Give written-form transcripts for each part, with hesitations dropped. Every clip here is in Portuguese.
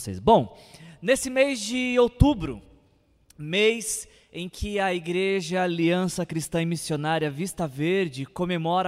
vocês. Bom, nesse mês de outubro, mês em que a Igreja Aliança Cristã e Missionária Vista Verde comemora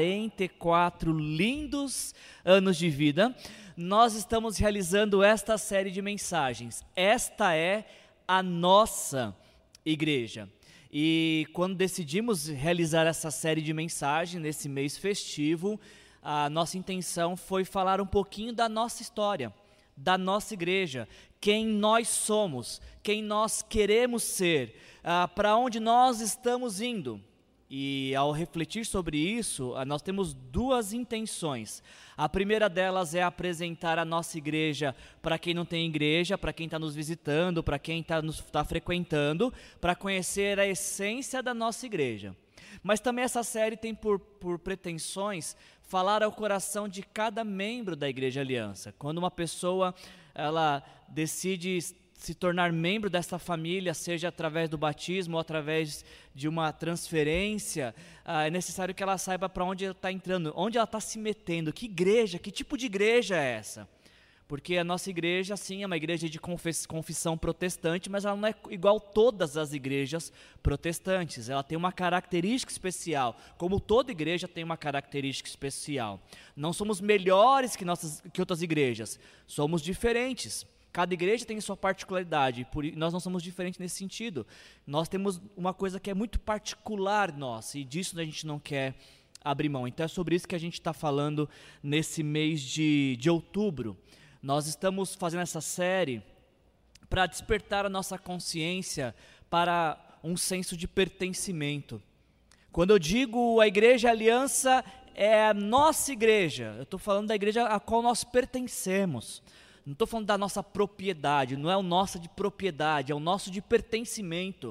44 lindos anos de vida, nós estamos realizando esta série de mensagens. Esta é a nossa igreja. E quando decidimos realizar essa série de mensagens nesse mês festivo, a nossa intenção foi falar um pouquinho da nossa história, da nossa igreja, quem nós somos, quem nós queremos ser, para onde nós estamos indo. E ao refletir sobre isso, nós temos duas intenções. A primeira delas é apresentar a nossa igreja para quem não tem igreja, para quem está nos visitando, para quem está frequentando, para conhecer a essência da nossa igreja. Mas também essa série tem por pretensões falar ao coração de cada membro da Igreja Aliança. Quando uma pessoa ela decide se tornar membro dessa família, seja através do batismo ou através de uma transferência, é necessário que ela saiba para onde ela está entrando, onde ela está se metendo, que igreja, que tipo de igreja é essa? Porque a nossa igreja, sim, é uma igreja de confissão protestante, mas ela não é igual todas as igrejas protestantes. Ela tem uma característica especial, como toda igreja tem uma característica especial. Não somos melhores que outras igrejas, somos diferentes. Cada igreja tem sua particularidade, nós não somos diferentes nesse sentido. Nós temos uma coisa que é muito particular nossa, e disso a gente não quer abrir mão. Então é sobre isso que a gente está falando nesse mês de outubro. Nós estamos fazendo essa série para despertar a nossa consciência para um senso de pertencimento. Quando eu digo a Igreja Aliança é a nossa igreja, eu estou falando da igreja a qual nós pertencemos. Não estou falando da nossa propriedade, não é o nosso de propriedade, é o nosso de pertencimento.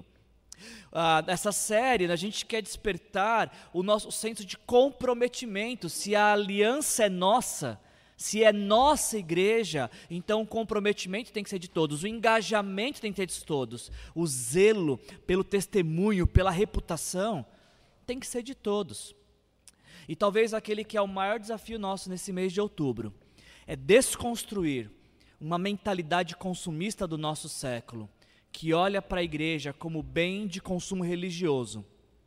Essa série a gente quer despertar o nosso senso de comprometimento. Se a aliança é nossa, se é nossa igreja, então o comprometimento tem que ser de todos, o engajamento tem que ser de todos, o zelo pelo testemunho, pela reputação, tem que ser de todos. E talvez aquele que é o maior desafio nosso nesse mês de outubro, é desconstruir uma mentalidade consumista do nosso século, que olha para a igreja como bem de consumo religioso,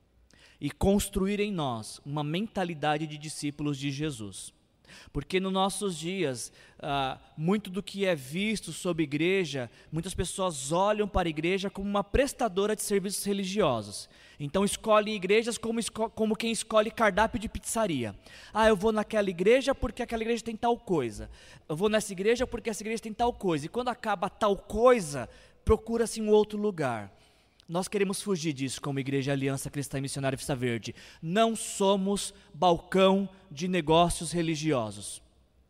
e construir em nós uma mentalidade de discípulos de Jesus. Porque nos nossos dias, muito do que é visto sobre igreja, muitas pessoas olham para a igreja como uma prestadora de serviços religiosos. Então escolhem igrejas como quem escolhe cardápio de pizzaria. Eu vou naquela igreja porque aquela igreja tem tal coisa. Eu vou nessa igreja porque essa igreja tem tal coisa. E quando acaba tal coisa, procura-se um outro lugar. Nós queremos fugir disso como Igreja Aliança Cristã e Missionária Vista Verde. Não somos balcão de negócios religiosos.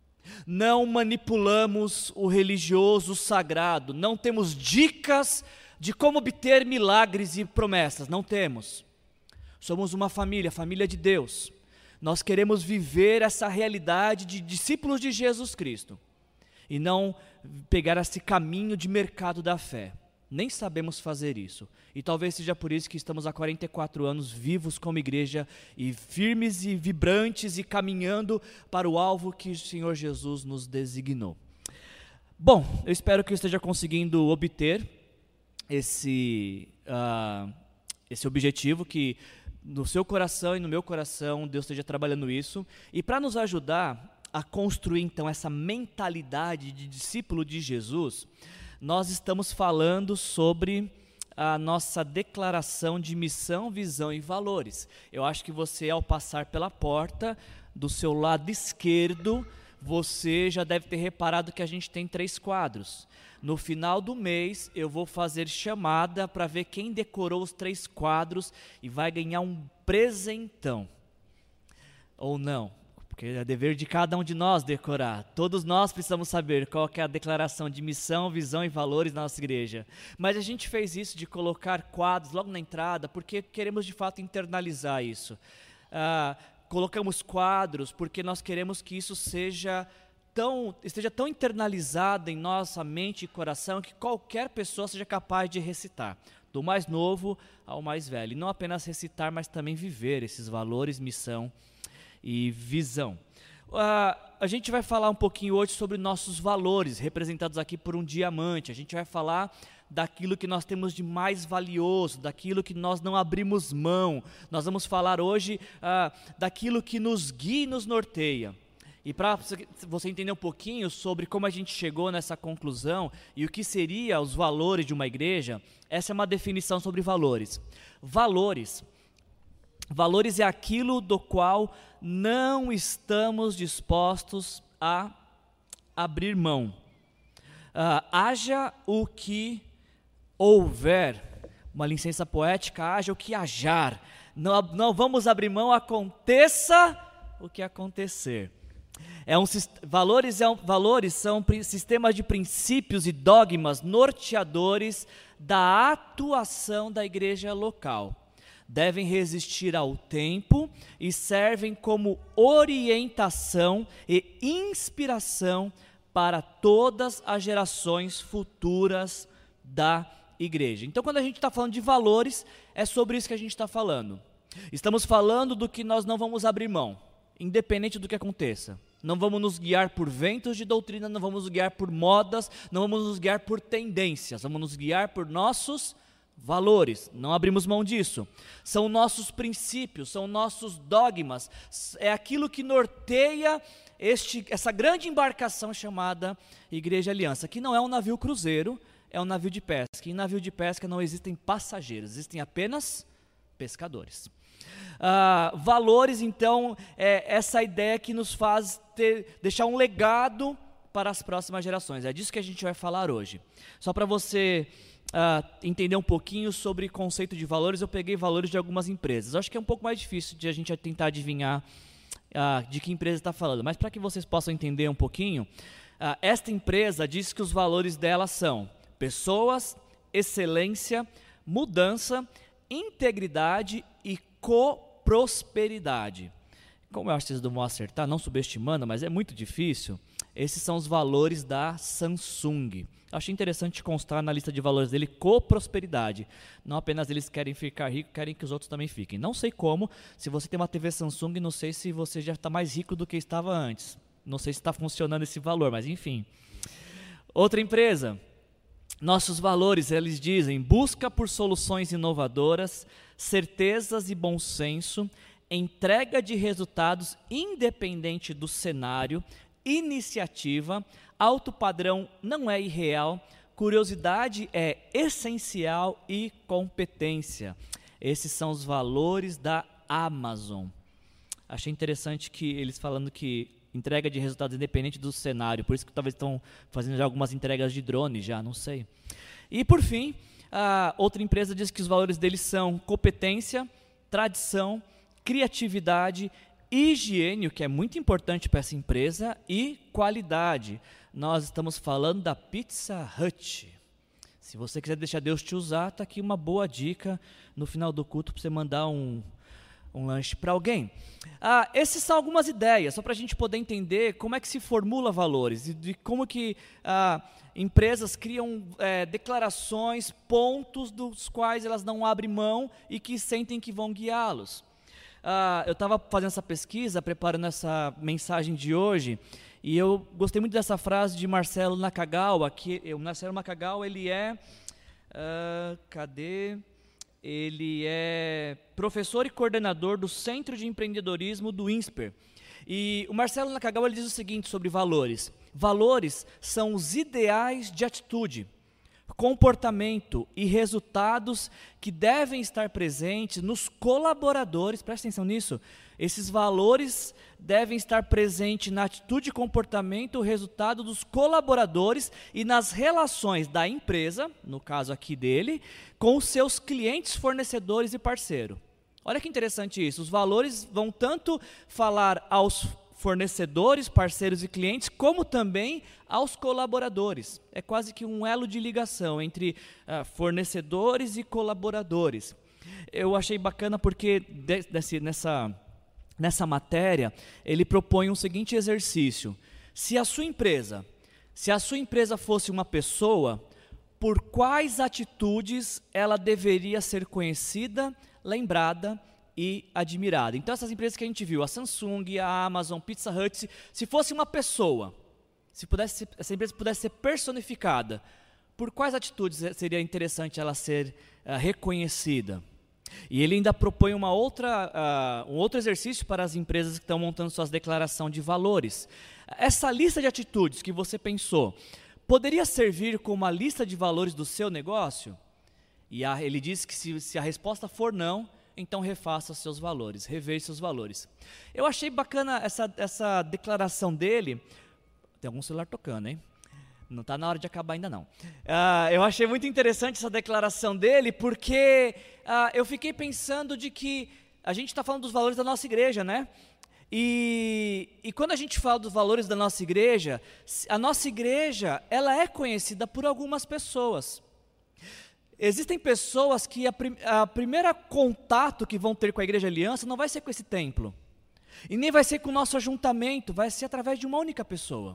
Não manipulamos o religioso, o sagrado. Não temos dicas de como obter milagres e promessas. Não temos. Somos uma família, família de Deus. Nós queremos viver essa realidade de discípulos de Jesus Cristo. E não pegar esse caminho de mercado da fé. Nem sabemos fazer isso. E talvez seja por isso que estamos há 44 anos vivos como igreja, e firmes e vibrantes e caminhando para o alvo que o Senhor Jesus nos designou. Bom, eu espero que eu esteja conseguindo obter esse objetivo, que no seu coração e no meu coração Deus esteja trabalhando isso. E para nos ajudar a construir então essa mentalidade de discípulo de Jesus, nós estamos falando sobre a nossa declaração de missão, visão e valores. Eu acho que você, ao passar pela porta, do seu lado esquerdo, você já deve ter reparado que a gente tem 3 quadros. No final do mês, eu vou fazer chamada para ver quem decorou os 3 quadros e vai ganhar um presentão. Ou não. Porque é dever de cada um de nós decorar. Todos nós precisamos saber qual que é a declaração de missão, visão e valores da nossa igreja. Mas a gente fez isso de colocar quadros logo na entrada, porque queremos de fato internalizar isso. Colocamos quadros porque nós queremos que isso esteja tão internalizado em nossa mente e coração, que qualquer pessoa seja capaz de recitar. Do mais novo ao mais velho. E não apenas recitar, mas também viver esses valores, missão e visão. A gente vai falar um pouquinho hoje sobre nossos valores, representados aqui por um diamante. A gente vai falar daquilo que nós temos de mais valioso, daquilo que nós não abrimos mão. Nós vamos falar hoje daquilo que nos guia e nos norteia. E para você entender um pouquinho sobre como a gente chegou nessa conclusão e o que seriam os valores de uma igreja, essa é uma definição sobre valores. Valores é aquilo do qual não estamos dispostos a abrir mão. Haja o que houver, uma licença poética, haja o que hajar. Não vamos abrir mão, aconteça o que acontecer. Valores são sistemas de princípios e dogmas norteadores da atuação da igreja local. Devem resistir ao tempo e servem como orientação e inspiração para todas as gerações futuras da igreja. Então, quando a gente está falando de valores, é sobre isso que a gente está falando. Estamos falando do que nós não vamos abrir mão, independente do que aconteça. Não vamos nos guiar por ventos de doutrina, não vamos nos guiar por modas, não vamos nos guiar por tendências, vamos nos guiar por nossos valores, não abrimos mão disso. São nossos princípios, são nossos dogmas, é aquilo que norteia essa grande embarcação chamada Igreja Aliança, que não é um navio cruzeiro, é um navio de pesca. E em navio de pesca não existem passageiros, existem apenas pescadores. Valores, então, é essa ideia que nos faz deixar um legado para as próximas gerações. É disso que a gente vai falar hoje. Só para você entender um pouquinho sobre o conceito de valores, eu peguei valores de algumas empresas. Eu acho que é um pouco mais difícil de a gente tentar adivinhar de que empresa está falando, mas para que vocês possam entender um pouquinho, esta empresa diz que os valores dela são pessoas, excelência, mudança, integridade e prosperidade. Como eu acho que vocês não vão acertar, não subestimando, mas é muito difícil, esses são os valores da Samsung. Achei interessante constar na lista de valores dele prosperidade. Não apenas eles querem ficar ricos, querem que os outros também fiquem. Não sei como, se você tem uma TV Samsung, não sei se você já está mais rico do que estava antes. Não sei se está funcionando esse valor, mas enfim. Outra empresa, nossos valores, eles dizem, busca por soluções inovadoras, certezas e bom senso, entrega de resultados independente do cenário, iniciativa, alto padrão não é irreal, curiosidade é essencial e competência. Esses são os valores da Amazon. Achei interessante que eles falando que entrega de resultados independente do cenário, por isso que talvez estão fazendo já algumas entregas de drone já, não sei. E por fim, a outra empresa diz que os valores deles são competência, tradição, criatividade, higiene, o que é muito importante para essa empresa, e qualidade. Nós estamos falando da Pizza Hut. Se você quiser deixar Deus te usar, está aqui uma boa dica no final do culto para você mandar um lanche para alguém. Essas são algumas ideias, só para a gente poder entender como é que se formula valores e de como que empresas criam declarações, pontos dos quais elas não abrem mão e que sentem que vão guiá-los. Eu estava fazendo essa pesquisa, preparando essa mensagem de hoje, e eu gostei muito dessa frase de Marcelo Nakagawa, o Marcelo Nakagawa, ele é... Ele é professor e coordenador do Centro de Empreendedorismo do INSPER. E o Marcelo Nakagawa ele diz o seguinte sobre valores. Valores são os ideais de atitude, comportamento e resultados que devem estar presentes nos colaboradores. Presta atenção nisso. Esses valores devem estar presentes na atitude e comportamento, o resultado dos colaboradores e nas relações da empresa, no caso aqui dele, com os seus clientes, fornecedores e parceiros. Olha que interessante isso. Os valores vão tanto falar aos fornecedores, parceiros e clientes, como também aos colaboradores. É quase que um elo de ligação entre fornecedores e colaboradores. Eu achei bacana porque nessa matéria ele propõe um seguinte exercício: se a sua empresa fosse uma pessoa, por quais atitudes ela deveria ser conhecida, lembrada e admirada. Então essas empresas que a gente viu, a Samsung, a Amazon, Pizza Hut, se fosse uma pessoa, essa empresa pudesse ser personificada, por quais atitudes seria interessante ela ser reconhecida? E ele ainda propõe um outro exercício para as empresas que estão montando suas declarações de valores. Essa lista de atitudes que você pensou, poderia servir como uma lista de valores do seu negócio? E ele diz que se a resposta for não, então refaça seus valores, reveja seus valores. Eu achei bacana essa declaração dele. Tem algum celular tocando, hein? Não está na hora de acabar ainda não. Eu achei muito interessante essa declaração dele, porque eu fiquei pensando de que a gente está falando dos valores da nossa igreja, né? E quando a gente fala dos valores da nossa igreja, a nossa igreja, ela é conhecida por algumas pessoas. Existem pessoas que a primeira contato que vão ter com a Igreja Aliança não vai ser com esse templo. E nem vai ser com o nosso ajuntamento, vai ser através de uma única pessoa.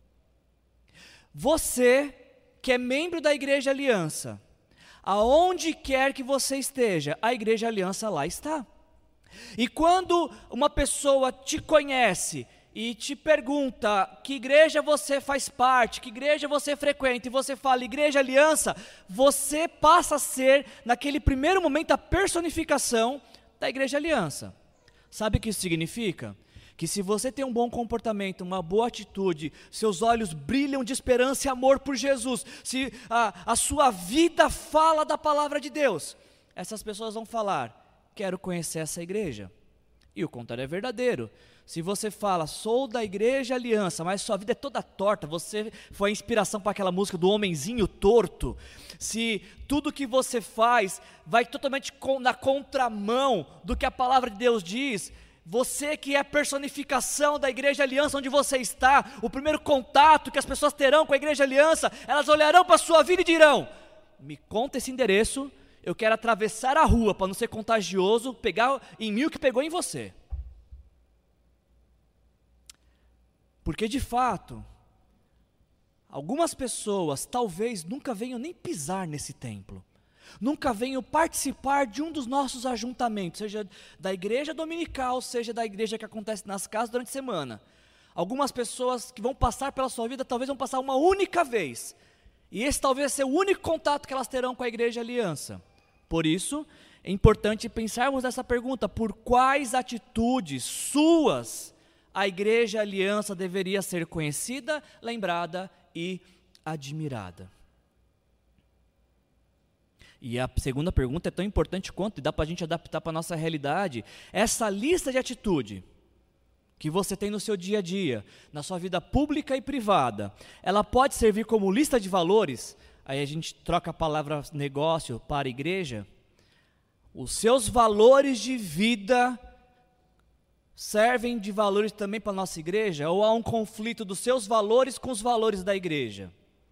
Você, que é membro da Igreja Aliança, aonde quer que você esteja, a Igreja Aliança lá está. E quando uma pessoa te conhece e te pergunta que igreja você faz parte, que igreja você frequenta, e você fala Igreja Aliança, você passa a ser, naquele primeiro momento, a personificação da Igreja Aliança. Sabe o que isso significa? Que se você tem um bom comportamento, uma boa atitude, seus olhos brilham de esperança e amor por Jesus, se a sua vida fala da palavra de Deus, essas pessoas vão falar, quero conhecer essa igreja. E o contrário é verdadeiro. Se você fala, sou da Igreja Aliança, mas sua vida é toda torta, você foi a inspiração para aquela música do homenzinho torto, se tudo que você faz vai totalmente na contramão do que a palavra de Deus diz, você que é a personificação da Igreja Aliança onde você está, o primeiro contato que as pessoas terão com a Igreja Aliança, elas olharão para a sua vida e dirão, me conta esse endereço, eu quero atravessar a rua para não ser contagioso, pegar em mim o que pegou em você. Porque de fato, algumas pessoas talvez nunca venham nem pisar nesse templo, nunca venham participar de um dos nossos ajuntamentos, seja da igreja dominical, seja da igreja que acontece nas casas durante a semana. Algumas pessoas que vão passar pela sua vida, talvez vão passar uma única vez, e esse talvez seja o único contato que elas terão com a Igreja Aliança. Por isso, é importante pensarmos nessa pergunta, por quais atitudes suas a Igreja Aliança deveria ser conhecida, lembrada e admirada? E a segunda pergunta é tão importante quanto, e dá para a gente adaptar para a nossa realidade. Essa lista de atitude que você tem no seu dia a dia, na sua vida pública e privada, ela pode servir como lista de valores? Aí a gente troca a palavra negócio para igreja. Os seus valores de vida servem de valores também para a nossa igreja? Ou há um conflito dos seus valores com os valores da igreja?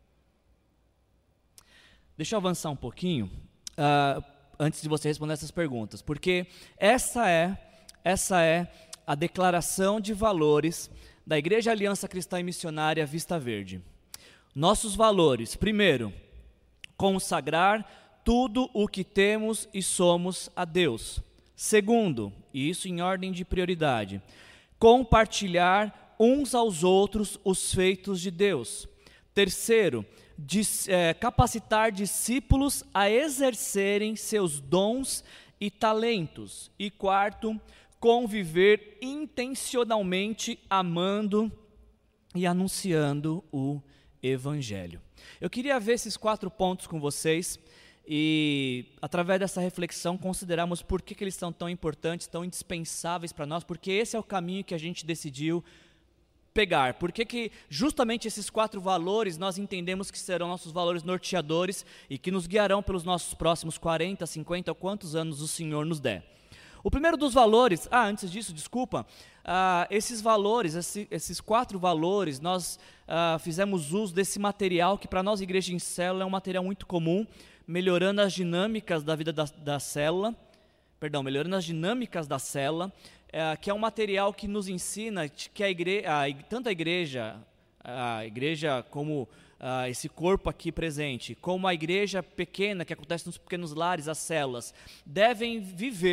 Deixa eu avançar um pouquinho, antes de você responder essas perguntas, porque essa é a declaração de valores da Igreja Aliança Cristã e Missionária Vista Verde. Nossos valores: primeiro, consagrar tudo o que temos e somos a Deus. Segundo, e isso em ordem de prioridade, compartilhar uns aos outros os feitos de Deus. Terceiro, capacitar discípulos a exercerem seus dons e talentos. E quarto, conviver intencionalmente amando e anunciando o Evangelho. Eu queria ver esses 4 pontos com vocês e, através dessa reflexão, considerarmos por que eles são tão importantes, tão indispensáveis para nós, porque esse é o caminho que a gente decidiu pegar. Por que justamente esses 4 valores nós entendemos que serão nossos valores norteadores e que nos guiarão pelos nossos próximos 40, 50 ou quantos anos o Senhor nos der. O primeiro dos valores, antes disso, desculpa, esses valores, esses 4 valores, nós fizemos uso desse material que para nós, Igreja em Célula, é um material muito comum, melhorando as dinâmicas da vida da célula, melhorando as dinâmicas da célula, que é um material que nos ensina que tanto a igreja como esse corpo aqui presente, como a igreja pequena que acontece nos pequenos lares, as células, devem viver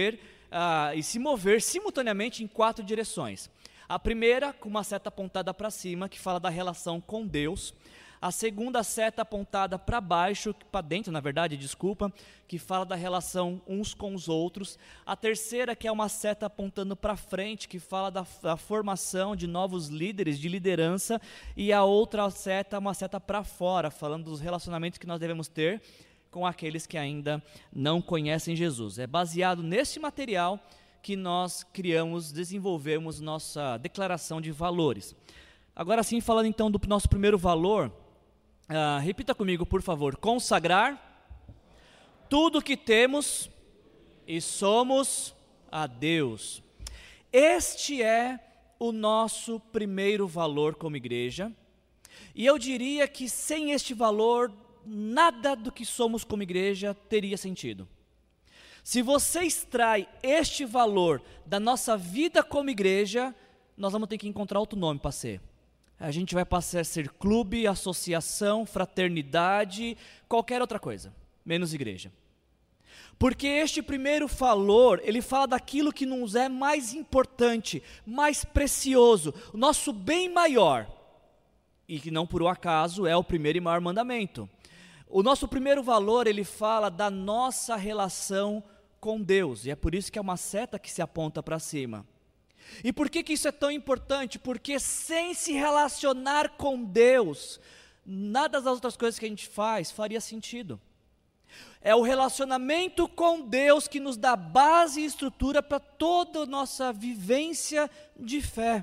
e se mover simultaneamente em 4 direções. A primeira, com uma seta apontada para cima, que fala da relação com Deus. A segunda seta apontada para baixo, para dentro, na verdade, desculpa, que fala da relação uns com os outros. A terceira, que é uma seta apontando para frente, que fala da formação de novos líderes, de liderança. E a outra seta, uma seta para fora, falando dos relacionamentos que nós devemos ter com aqueles que ainda não conhecem Jesus. É baseado nesse material que nós criamos, desenvolvemos nossa declaração de valores. Agora sim, falando então do nosso primeiro valor, repita comigo, por favor: consagrar tudo que temos e somos a Deus. Este é o nosso primeiro valor como igreja, e eu diria que sem este valor, nada do que somos como igreja teria sentido. Se você extrai este valor da nossa vida como igreja, nós vamos ter que encontrar outro nome para ser. A gente vai passar a ser clube, associação, fraternidade, qualquer outra coisa, menos igreja. Porque este primeiro valor, ele fala daquilo que nos é mais importante, mais precioso, o nosso bem maior, e que não por um acaso é o primeiro e maior mandamento. O nosso primeiro valor, ele fala da nossa relação com Deus, e é por isso que é uma seta que se aponta para cima. E por que isso é tão importante? Porque sem se relacionar com Deus, nada das outras coisas que a gente faz faria sentido. É o relacionamento com Deus que nos dá base e estrutura para toda a nossa vivência de fé.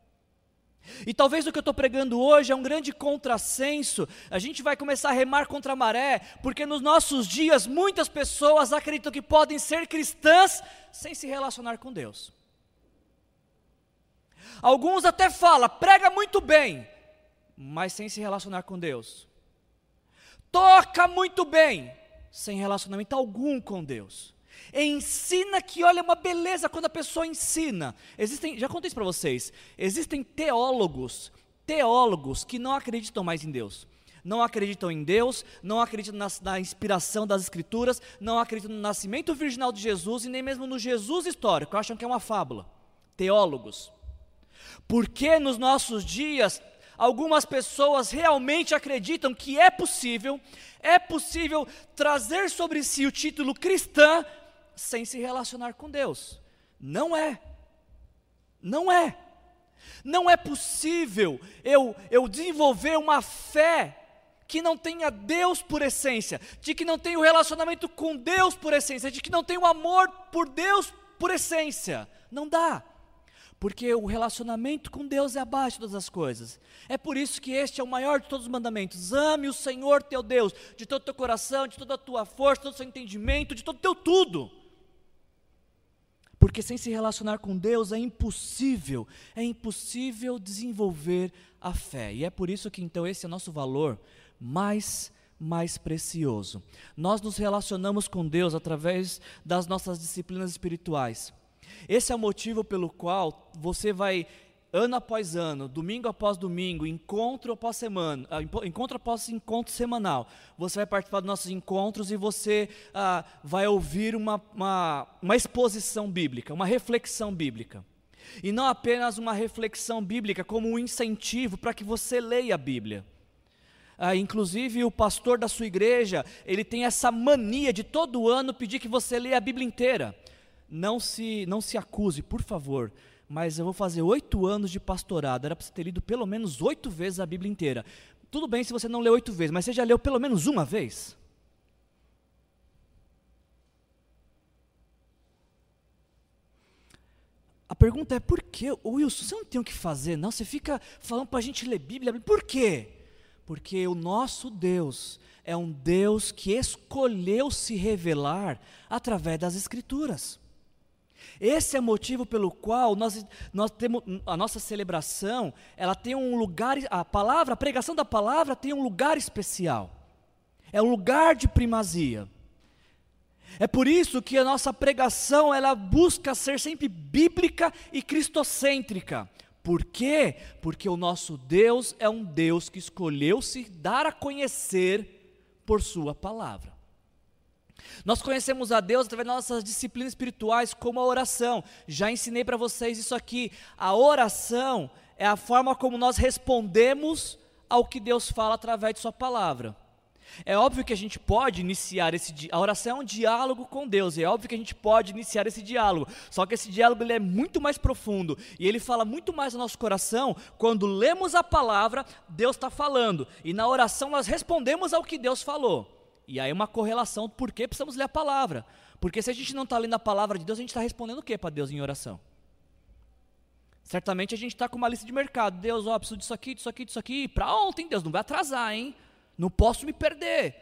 E talvez o que eu estou pregando hoje é um grande contrassenso. A gente vai começar a remar contra a maré, porque nos nossos dias muitas pessoas acreditam que podem ser cristãs sem se relacionar com Deus. Alguns até falam, prega muito bem, mas sem se relacionar com Deus. Toca muito bem, sem relacionamento algum com Deus. Ensina que, olha, é uma beleza quando a pessoa ensina. Já contei isso para vocês, existem teólogos que não acreditam mais em Deus. Não acreditam em Deus, não acreditam na inspiração das Escrituras, não acreditam no nascimento virginal de Jesus e nem mesmo no Jesus histórico, acham que é uma fábula. Teólogos. Porque nos nossos dias, algumas pessoas realmente acreditam que é possível trazer sobre si o título cristã sem se relacionar com Deus. Não é. Não é. Não é possível eu desenvolver uma fé que não tenha Deus por essência, de que não tenha o relacionamento com Deus por essência, de que não tenha o amor por Deus por essência. Não dá. Porque o relacionamento com Deus é abaixo de todas as coisas. É por isso que este é o maior de todos os mandamentos. Ame o Senhor teu Deus, de todo o teu coração, de toda a tua força, de todo o seu entendimento, de todo o teu tudo. Porque sem se relacionar com Deus é impossível desenvolver a fé. E é por isso que então esse é o nosso valor mais precioso. Nós nos relacionamos com Deus através das nossas disciplinas espirituais. Esse é o motivo pelo qual você vai, ano após ano, domingo após domingo, encontro após encontro semanal, você vai participar dos nossos encontros e você vai ouvir uma exposição bíblica, uma reflexão bíblica. E não apenas uma reflexão bíblica como um incentivo para que você leia a Bíblia. Inclusive o pastor da sua igreja, ele tem essa mania de todo ano pedir que você leia a Bíblia inteira. Não se acuse, por favor, mas eu vou fazer 8 anos de pastorado, era para você ter lido pelo menos 8 vezes a Bíblia inteira. Tudo bem se você não leu 8 vezes, mas você já leu pelo menos uma vez? A pergunta é, por quê? Wilson, você não tem o que fazer, não? Você fica falando para a gente ler Bíblia, por quê? Porque o nosso Deus é um Deus que escolheu se revelar através das Escrituras. Esse é o motivo pelo qual nós temos a nossa celebração, ela tem um lugar, a pregação da palavra tem um lugar especial, é um lugar de primazia. É por isso que a nossa pregação, ela busca ser sempre bíblica e cristocêntrica. Por quê? Porque o nosso Deus é um Deus que escolheu se dar a conhecer por sua palavra. Nós conhecemos a Deus através das nossas disciplinas espirituais, como a oração. Já ensinei para vocês isso aqui. A oração é a forma como nós respondemos ao que Deus fala através de sua palavra. É óbvio que a gente pode iniciar a oração é um diálogo com Deus, é óbvio que a gente pode iniciar esse diálogo, só que esse diálogo ele é muito mais profundo, e ele fala muito mais no nosso coração, quando lemos a palavra, Deus está falando, e na oração nós respondemos ao que Deus falou, e aí uma correlação, por que precisamos ler a palavra? Porque se a gente não está lendo a palavra de Deus, a gente está respondendo o que para Deus em oração? Certamente a gente está com uma lista de mercado, Deus, preciso disso aqui, para ontem, Deus, não vai atrasar, hein? Não posso me perder.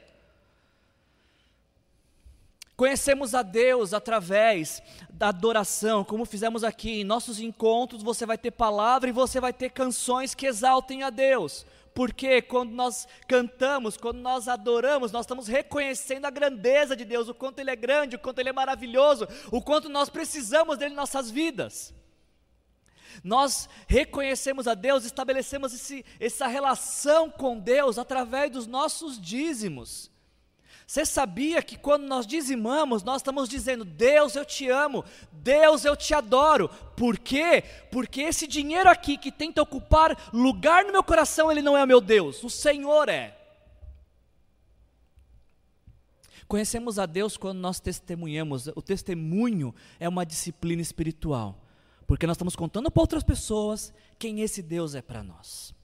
Conhecemos a Deus através da adoração, como fizemos aqui, em nossos encontros você vai ter palavra e você vai ter canções que exaltem a Deus. Porque quando nós cantamos, quando nós adoramos, nós estamos reconhecendo a grandeza de Deus, o quanto Ele é grande, o quanto Ele é maravilhoso, o quanto nós precisamos dEle em nossas vidas. Nós reconhecemos a Deus, estabelecemos essa relação com Deus através dos nossos dízimos. Você sabia que quando nós dizimamos, nós estamos dizendo, Deus eu te amo, Deus eu te adoro. Por quê? Porque esse dinheiro aqui que tenta ocupar lugar no meu coração, ele não é o meu Deus, o Senhor é. Conhecemos a Deus quando nós testemunhamos, o testemunho é uma disciplina espiritual. Porque nós estamos contando para outras pessoas quem esse Deus é para nós.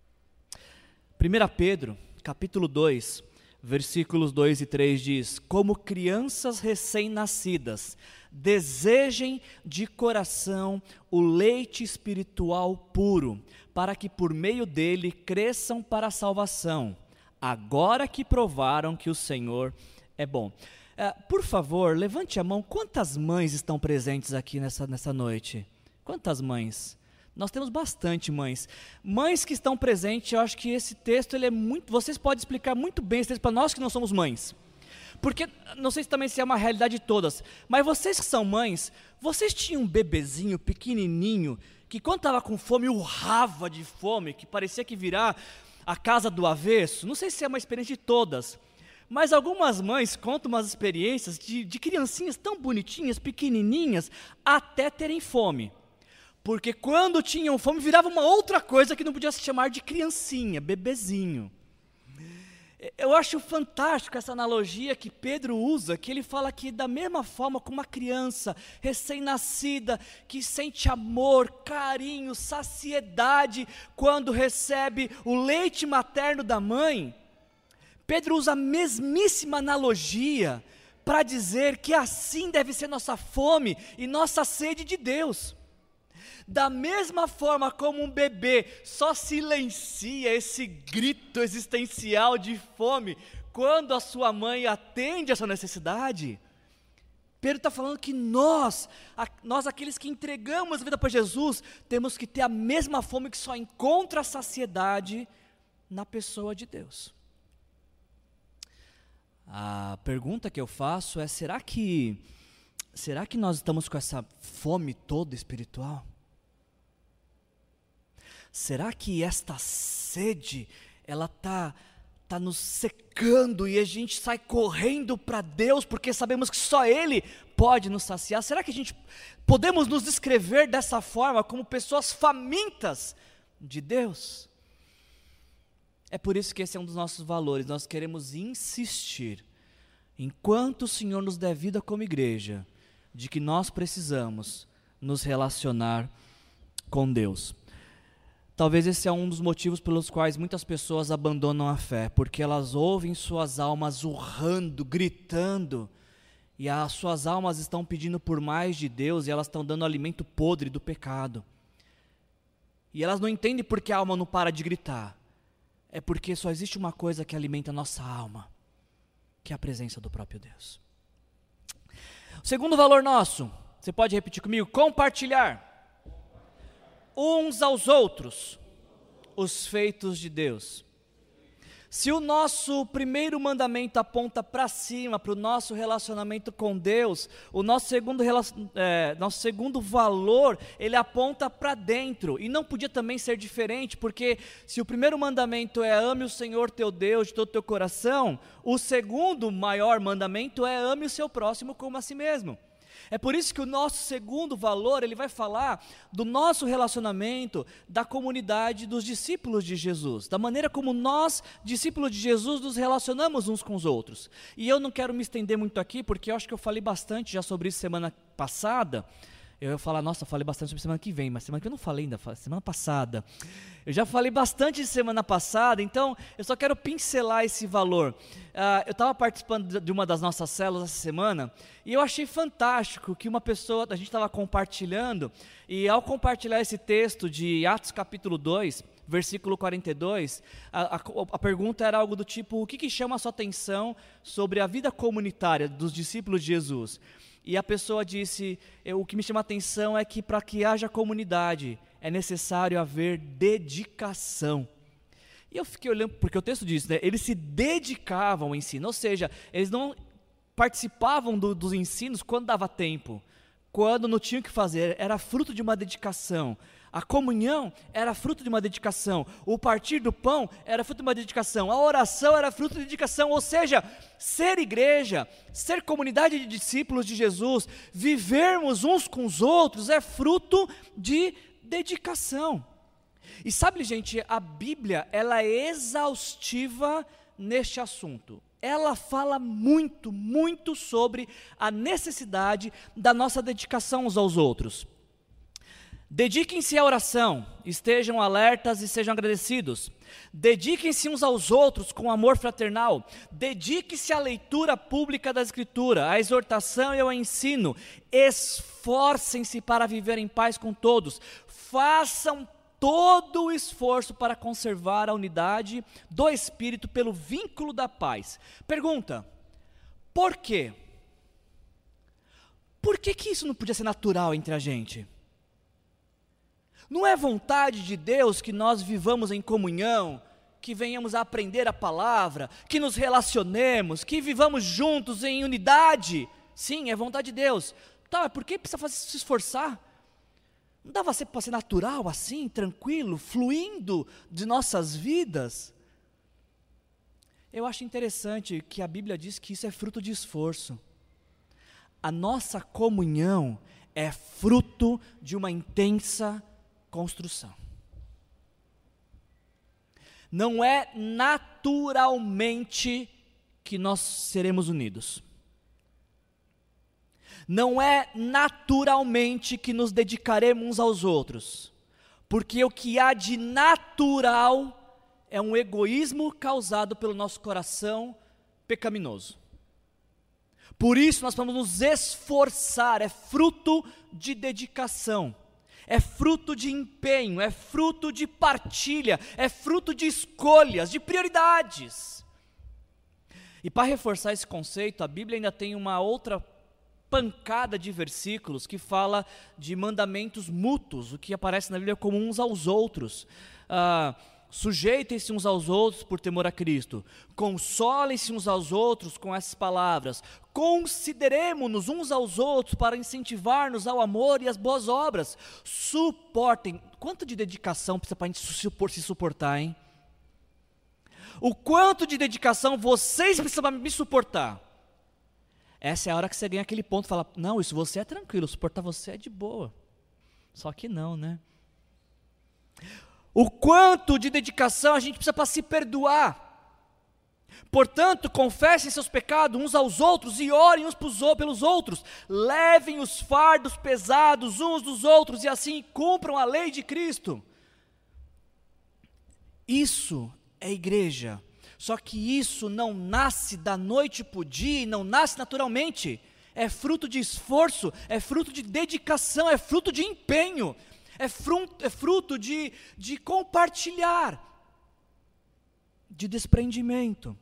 1 Pedro, capítulo 2, versículos 2 e 3 diz: como crianças recém-nascidas, desejem de coração o leite espiritual puro, para que por meio dele cresçam para a salvação, agora que provaram que o Senhor é bom. Por favor, levante a mão, quantas mães estão presentes aqui nessa noite? Quantas mães? Nós temos bastante mães. Mães que estão presentes, eu acho que esse texto, ele é muito, vocês podem explicar muito bem esse texto para nós que não somos mães. Porque, não sei se é uma realidade de todas, mas vocês que são mães, vocês tinham um bebezinho pequenininho, que quando estava com fome, urrava de fome, que parecia que virar a casa do avesso? Não sei se é uma experiência de todas, mas algumas mães contam umas experiências de criancinhas tão bonitinhas, pequenininhas, até terem fome. Porque quando tinham fome, virava uma outra coisa que não podia se chamar de criancinha, bebezinho. Eu acho fantástico essa analogia que Pedro usa, que ele fala que da mesma forma como uma criança recém-nascida, que sente amor, carinho, saciedade, quando recebe o leite materno da mãe, Pedro usa a mesmíssima analogia para dizer que assim deve ser nossa fome e nossa sede de Deus. Da mesma forma como um bebê só silencia esse grito existencial de fome quando a sua mãe atende a sua necessidade, Pedro está falando que nós aqueles que entregamos a vida para Jesus, temos que ter a mesma fome que só encontra a saciedade na pessoa de Deus. A pergunta que eu faço é, será que nós estamos com essa fome toda espiritual? Será que esta sede, ela tá nos secando e a gente sai correndo para Deus porque sabemos que só Ele pode nos saciar? Será que podemos nos descrever dessa forma como pessoas famintas de Deus? É por isso que esse é um dos nossos valores, nós queremos insistir, enquanto o Senhor nos der vida como igreja, de que nós precisamos nos relacionar com Deus. Talvez esse é um dos motivos pelos quais muitas pessoas abandonam a fé, porque elas ouvem suas almas urrando, gritando, e as suas almas estão pedindo por mais de Deus, e elas estão dando alimento podre do pecado. E elas não entendem por que a alma não para de gritar. É porque só existe uma coisa que alimenta a nossa alma, que é a presença do próprio Deus. O segundo valor nosso, você pode repetir comigo? Compartilhar uns aos outros os feitos de Deus. Se o nosso primeiro mandamento aponta para cima, para o nosso relacionamento com Deus, o nosso segundo valor, ele aponta para dentro. E não podia também ser diferente, porque se o primeiro mandamento é ame o Senhor teu Deus de todo o teu coração, o segundo maior mandamento é ame o seu próximo como a si mesmo. É por isso que o nosso segundo valor, ele vai falar do nosso relacionamento, da comunidade dos discípulos de Jesus, da maneira como nós, discípulos de Jesus, nos relacionamos uns com os outros. E eu não quero me estender muito aqui, porque eu acho que eu falei bastante já sobre isso semana passada. Eu ia falar, nossa, eu falei bastante sobre semana que vem, mas semana que eu não falei ainda, semana passada. Eu já falei bastante de semana passada, então eu só quero pincelar esse valor. Eu estava participando de uma das nossas células essa semana, e eu achei fantástico que uma pessoa, a gente estava compartilhando, e ao compartilhar esse texto de Atos capítulo 2, versículo 42, a pergunta era algo do tipo, o que chama a sua atenção sobre a vida comunitária dos discípulos de Jesus? E a pessoa disse, o que me chama a atenção é que para que haja comunidade, é necessário haver dedicação. E eu fiquei olhando, porque o texto diz, né, eles se dedicavam ao ensino, ou seja, eles não participavam dos ensinos quando dava tempo, quando não tinham o que fazer, era fruto de uma dedicação. A comunhão era fruto de uma dedicação, o partir do pão era fruto de uma dedicação, a oração era fruto de dedicação, ou seja, ser igreja, ser comunidade de discípulos de Jesus, vivermos uns com os outros é fruto de dedicação. E sabe, gente, a Bíblia, ela é exaustiva neste assunto. Ela fala muito, muito sobre a necessidade da nossa dedicação uns aos outros. Dediquem-se à oração, estejam alertas e sejam agradecidos. Dediquem-se uns aos outros com amor fraternal. Dedique-se à leitura pública da Escritura, à exortação e ao ensino. Esforcem-se para viver em paz com todos. Façam todo o esforço para conservar a unidade do Espírito pelo vínculo da paz. Pergunta, por quê? Por que isso não podia ser natural entre a gente? Não é vontade de Deus que nós vivamos em comunhão, que venhamos a aprender a palavra, que nos relacionemos, que vivamos juntos em unidade? Sim, é vontade de Deus. Tá, mas por que precisa se esforçar? Não dava para ser natural assim, tranquilo, fluindo de nossas vidas? Eu acho interessante que a Bíblia diz que isso é fruto de esforço. A nossa comunhão é fruto de uma intensa construção. Não é naturalmente que nós seremos unidos. Não é naturalmente que nos dedicaremos uns aos outros, porque o que há de natural é um egoísmo causado pelo nosso coração pecaminoso. Por isso nós vamos nos esforçar, é fruto de dedicação. É fruto de empenho, é fruto de partilha, é fruto de escolhas, de prioridades. E para reforçar esse conceito, a Bíblia ainda tem uma outra pancada de versículos que fala de mandamentos mútuos, o que aparece na Bíblia como uns aos outros. Sujeitem-se uns aos outros por temor a Cristo, consolem-se uns aos outros com essas palavras, consideremos-nos uns aos outros para incentivar-nos ao amor e às boas obras, suportem. Quanto de dedicação precisa para a gente se suportar, hein? O quanto de dedicação vocês precisam para me suportar? Essa é a hora que você ganha aquele ponto e fala, não, isso você é tranquilo, suportar você é de boa. Só que não, né? O quanto de dedicação a gente precisa para se perdoar. Portanto, confessem seus pecados uns aos outros e orem uns pelos outros. Levem os fardos pesados uns dos outros e assim cumpram a lei de Cristo. Isso é igreja. Só que isso não nasce da noite para o dia, não nasce naturalmente. É fruto de esforço, é fruto de dedicação, é fruto de empenho. É fruto de compartilhar, de desprendimento.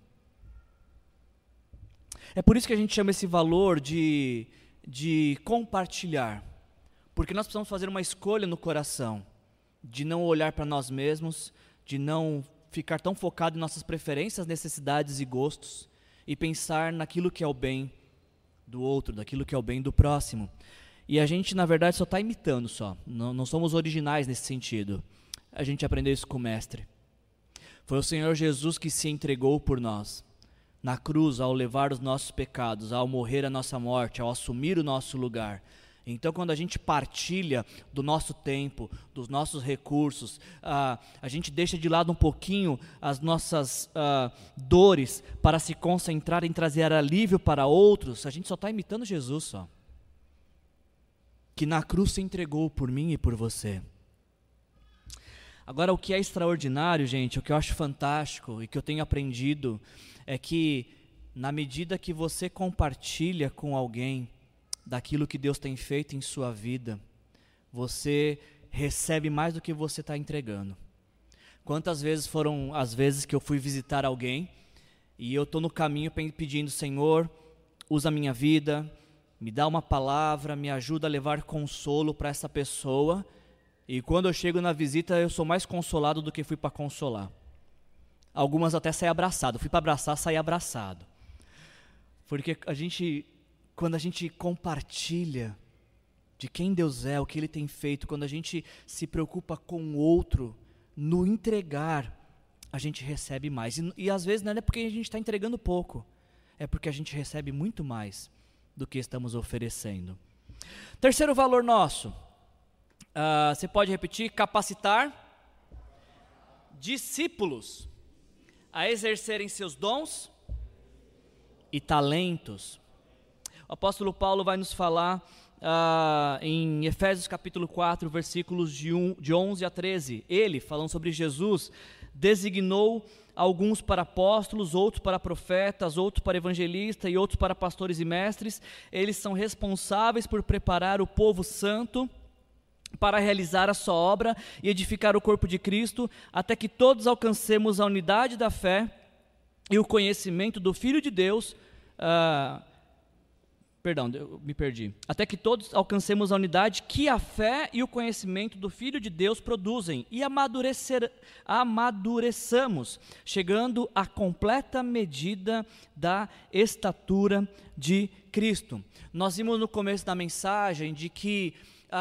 É por isso que a gente chama esse valor de compartilhar, porque nós precisamos fazer uma escolha no coração, de não olhar para nós mesmos, de não ficar tão focado em nossas preferências, necessidades e gostos, e pensar naquilo que é o bem do outro, daquilo que é o bem do próximo. E a gente, na verdade, só está imitando só. Não somos originais nesse sentido. A gente aprendeu isso com o Mestre. Foi o Senhor Jesus que se entregou por nós. Na cruz, ao levar os nossos pecados, ao morrer a nossa morte, ao assumir o nosso lugar. Então, quando a gente partilha do nosso tempo, dos nossos recursos, a gente deixa de lado um pouquinho as nossas dores para se concentrar em trazer alívio para outros, a gente só está imitando Jesus só. Que na cruz se entregou por mim e por você. Agora, o que é extraordinário, gente, o que eu acho fantástico e que eu tenho aprendido é que, na medida que você compartilha com alguém daquilo que Deus tem feito em sua vida, você recebe mais do que você está entregando. Quantas vezes foram as vezes que eu fui visitar alguém e eu estou no caminho pedindo: Senhor, usa a minha vida, me dá uma palavra, me ajuda a levar consolo para essa pessoa. E quando eu chego na visita, eu sou mais consolado do que fui para consolar. Algumas até saem abraçado. Fui para abraçar, saí abraçado. Porque quando a gente compartilha de quem Deus é, o que Ele tem feito, quando a gente se preocupa com o outro, no entregar, a gente recebe mais. E às vezes não é porque a gente está entregando pouco, é porque a gente recebe muito mais do que estamos oferecendo. Terceiro valor nosso. Você pode repetir: capacitar discípulos a exercerem seus dons e talentos. O apóstolo Paulo vai nos falar em Efésios capítulo 4, versículos de 11 a 13. Ele, falando sobre Jesus, designou alguns para apóstolos, outros para profetas, outros para evangelistas e outros para pastores e mestres. Eles são responsáveis por preparar o povo santo para realizar a sua obra e edificar o corpo de Cristo, até que todos alcancemos a unidade da fé e o conhecimento do Filho de Deus. Eu me perdi. Até que todos alcancemos a unidade que a fé e o conhecimento do Filho de Deus produzem e amadureçamos, chegando à completa medida da estatura de Cristo. Nós vimos no começo da mensagem de que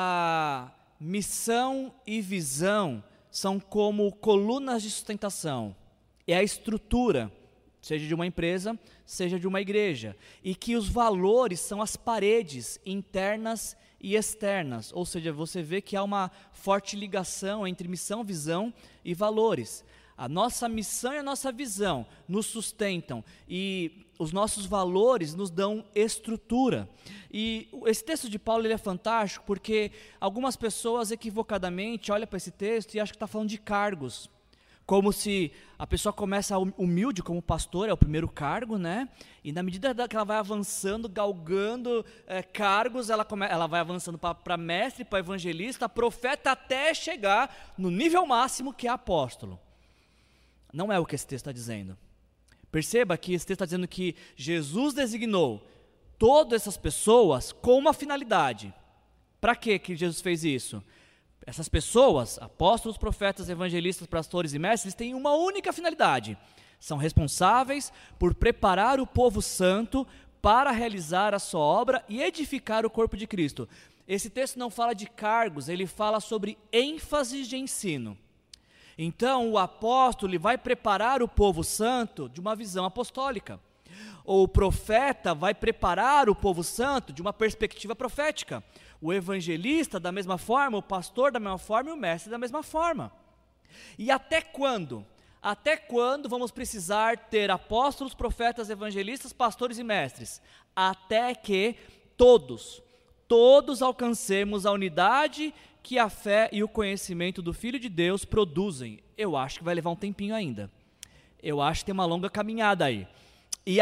missão e visão são como colunas de sustentação. É a estrutura, seja de uma empresa, seja de uma igreja. E que os valores são as paredes internas e externas. Ou seja, você vê que há uma forte ligação entre missão, visão e valores. A nossa missão e a nossa visão nos sustentam e os nossos valores nos dão estrutura. E esse texto de Paulo ele é fantástico porque algumas pessoas equivocadamente olham para esse texto e acham que está falando de cargos. Como se a pessoa começa humilde como pastor, é o primeiro cargo, né? E na medida que ela vai avançando, galgando cargos, ela vai avançando para mestre, para evangelista, profeta, até chegar no nível máximo que é apóstolo. Não é o que esse texto está dizendo. Perceba que esse texto está dizendo que Jesus designou todas essas pessoas com uma finalidade. Para que Jesus fez isso? Essas pessoas, apóstolos, profetas, evangelistas, pastores e mestres, têm uma única finalidade. São responsáveis por preparar o povo santo para realizar a sua obra e edificar o corpo de Cristo. Esse texto não fala de cargos, ele fala sobre ênfases de ensino. Então, o apóstolo ele vai preparar o povo santo de uma visão apostólica. O profeta vai preparar o povo santo de uma perspectiva profética. O evangelista da mesma forma, o pastor da mesma forma e o mestre da mesma forma. E até quando? Até quando vamos precisar ter apóstolos, profetas, evangelistas, pastores e mestres? Até que todos alcancemos a unidade que a fé e o conhecimento do Filho de Deus produzem. Eu acho que vai levar um tempinho ainda. Eu acho que tem uma longa caminhada aí. E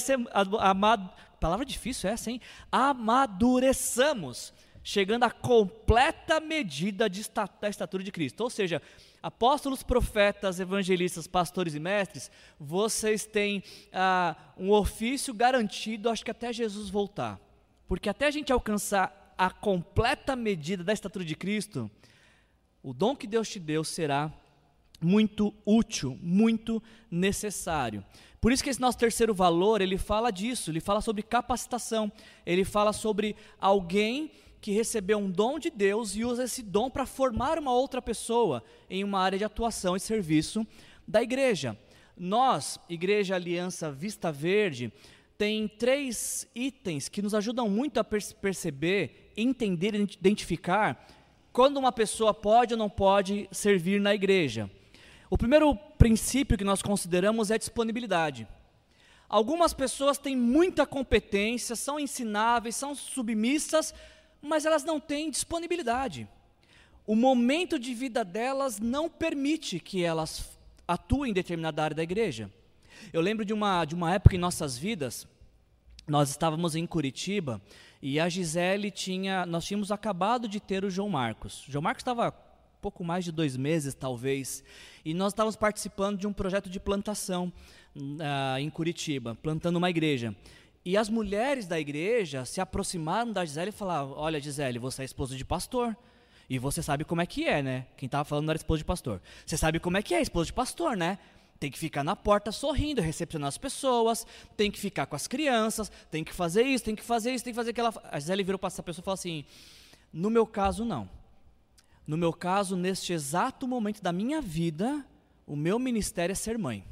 palavra difícil essa, hein? Amadureçamos, chegando à completa medida da estatura de Cristo. Ou seja, apóstolos, profetas, evangelistas, pastores e mestres, vocês têm um ofício garantido, acho que até Jesus voltar. Porque até a gente alcançar a completa medida da estatura de Cristo, o dom que Deus te deu será muito útil, muito necessário. Por isso que esse nosso terceiro valor, ele fala disso, ele fala sobre capacitação, ele fala sobre alguém que recebeu um dom de Deus e usa esse dom para formar uma outra pessoa em uma área de atuação e serviço da igreja. Nós, Igreja Aliança Vista Verde, tem 3 itens que nos ajudam muito a perceber, entender e identificar quando uma pessoa pode ou não pode servir na igreja. O primeiro princípio que nós consideramos é a disponibilidade. Algumas pessoas têm muita competência, são ensináveis, são submissas, mas elas não têm disponibilidade. O momento de vida delas não permite que elas atuem em determinada área da igreja. Eu lembro de uma época em nossas vidas, nós estávamos em Curitiba e a Gisele nós tínhamos acabado de ter o João Marcos. O João Marcos estava pouco mais de 2 meses, talvez, e nós estávamos participando de um projeto de plantação em Curitiba, plantando uma igreja. E as mulheres da igreja se aproximaram da Gisele e falaram: olha, Gisele, você é esposa de pastor, e você sabe como é que é, né? Quem estava falando não era esposa de pastor. Você sabe como é que é esposa de pastor, né? Tem que ficar na porta sorrindo, recepcionar as pessoas, tem que ficar com as crianças, tem que fazer isso, tem que fazer isso, tem que fazer aquela... A Gisele virou para essa pessoa e falou assim: no meu caso, não. No meu caso, neste exato momento da minha vida, o meu ministério é ser mãe.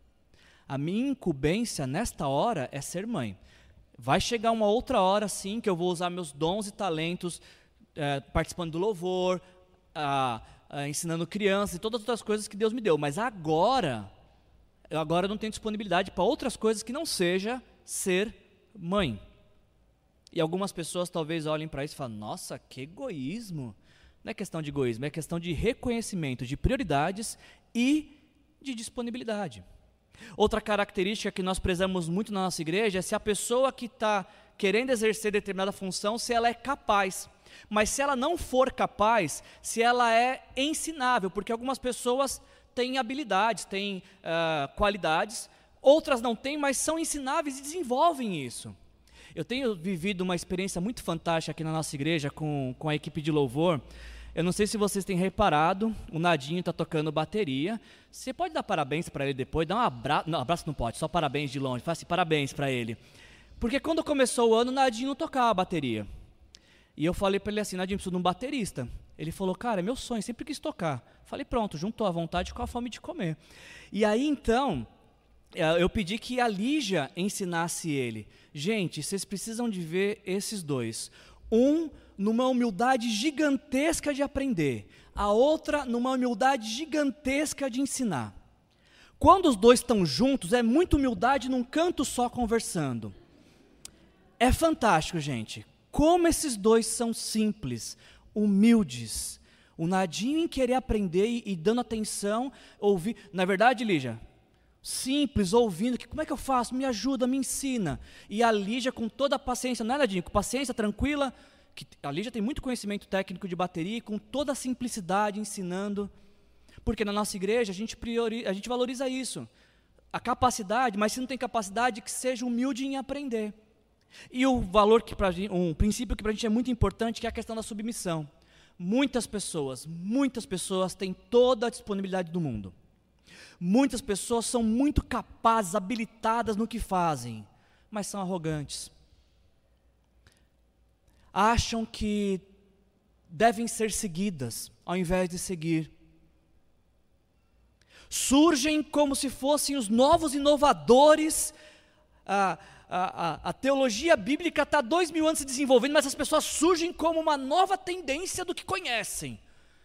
A minha incumbência nesta hora é ser mãe. Vai chegar uma outra hora, sim, que eu vou usar meus dons e talentos, participando do louvor, ensinando crianças e todas as outras coisas que Deus me deu. Mas agora eu não tenho disponibilidade para outras coisas que não seja ser mãe. E algumas pessoas talvez olhem para isso e falem: nossa, que egoísmo. Não é questão de egoísmo, é questão de reconhecimento de prioridades e de disponibilidade. Outra característica que nós prezamos muito na nossa igreja é se a pessoa que está querendo exercer determinada função, se ela é capaz. Mas se ela não for capaz, se ela é ensinável, porque algumas pessoas têm habilidades, têm qualidades, outras não têm, mas são ensináveis e desenvolvem isso. Eu tenho vivido uma experiência muito fantástica aqui na nossa igreja com a equipe de louvor. Eu não sei se vocês têm reparado, o Nadinho está tocando bateria. Você pode dar parabéns para ele depois, dar um abraço, não, abraço não pode, só parabéns de longe, faça parabéns para ele. Porque quando começou o ano, o Nadinho não tocava bateria. E eu falei para ele assim: Nadinho, preciso de um baterista. Ele falou: cara, é meu sonho, sempre quis tocar. Falei: pronto, juntou a vontade com a fome de comer. E aí então, eu pedi que a Lígia ensinasse ele. Gente, vocês precisam de ver esses dois. Um numa humildade gigantesca de aprender, a outra numa humildade gigantesca de ensinar. Quando os dois estão juntos, é muita humildade num canto só conversando. É fantástico, gente. Como esses dois são simples, humildes. O Nadinho em querer aprender e dando atenção, ouvir. Na verdade, Lígia, simples, ouvindo, como é que eu faço? Me ajuda, me ensina. E a Lígia com toda a paciência, não é, Nadinho? Com paciência, tranquila, que a Lígia tem muito conhecimento técnico de bateria, e com toda a simplicidade ensinando. Porque na nossa igreja a gente valoriza isso. A capacidade, mas se não tem capacidade, que seja humilde em aprender. E um princípio que para a gente é muito importante, que é a questão da submissão. Muitas pessoas têm toda a disponibilidade do mundo. Muitas pessoas são muito capazes, habilitadas no que fazem, mas são arrogantes. Acham que devem ser seguidas, ao invés de seguir. Surgem como se fossem os novos inovadores. A teologia bíblica está 2000 anos se desenvolvendo, mas as pessoas surgem como uma nova tendência do que conhecem.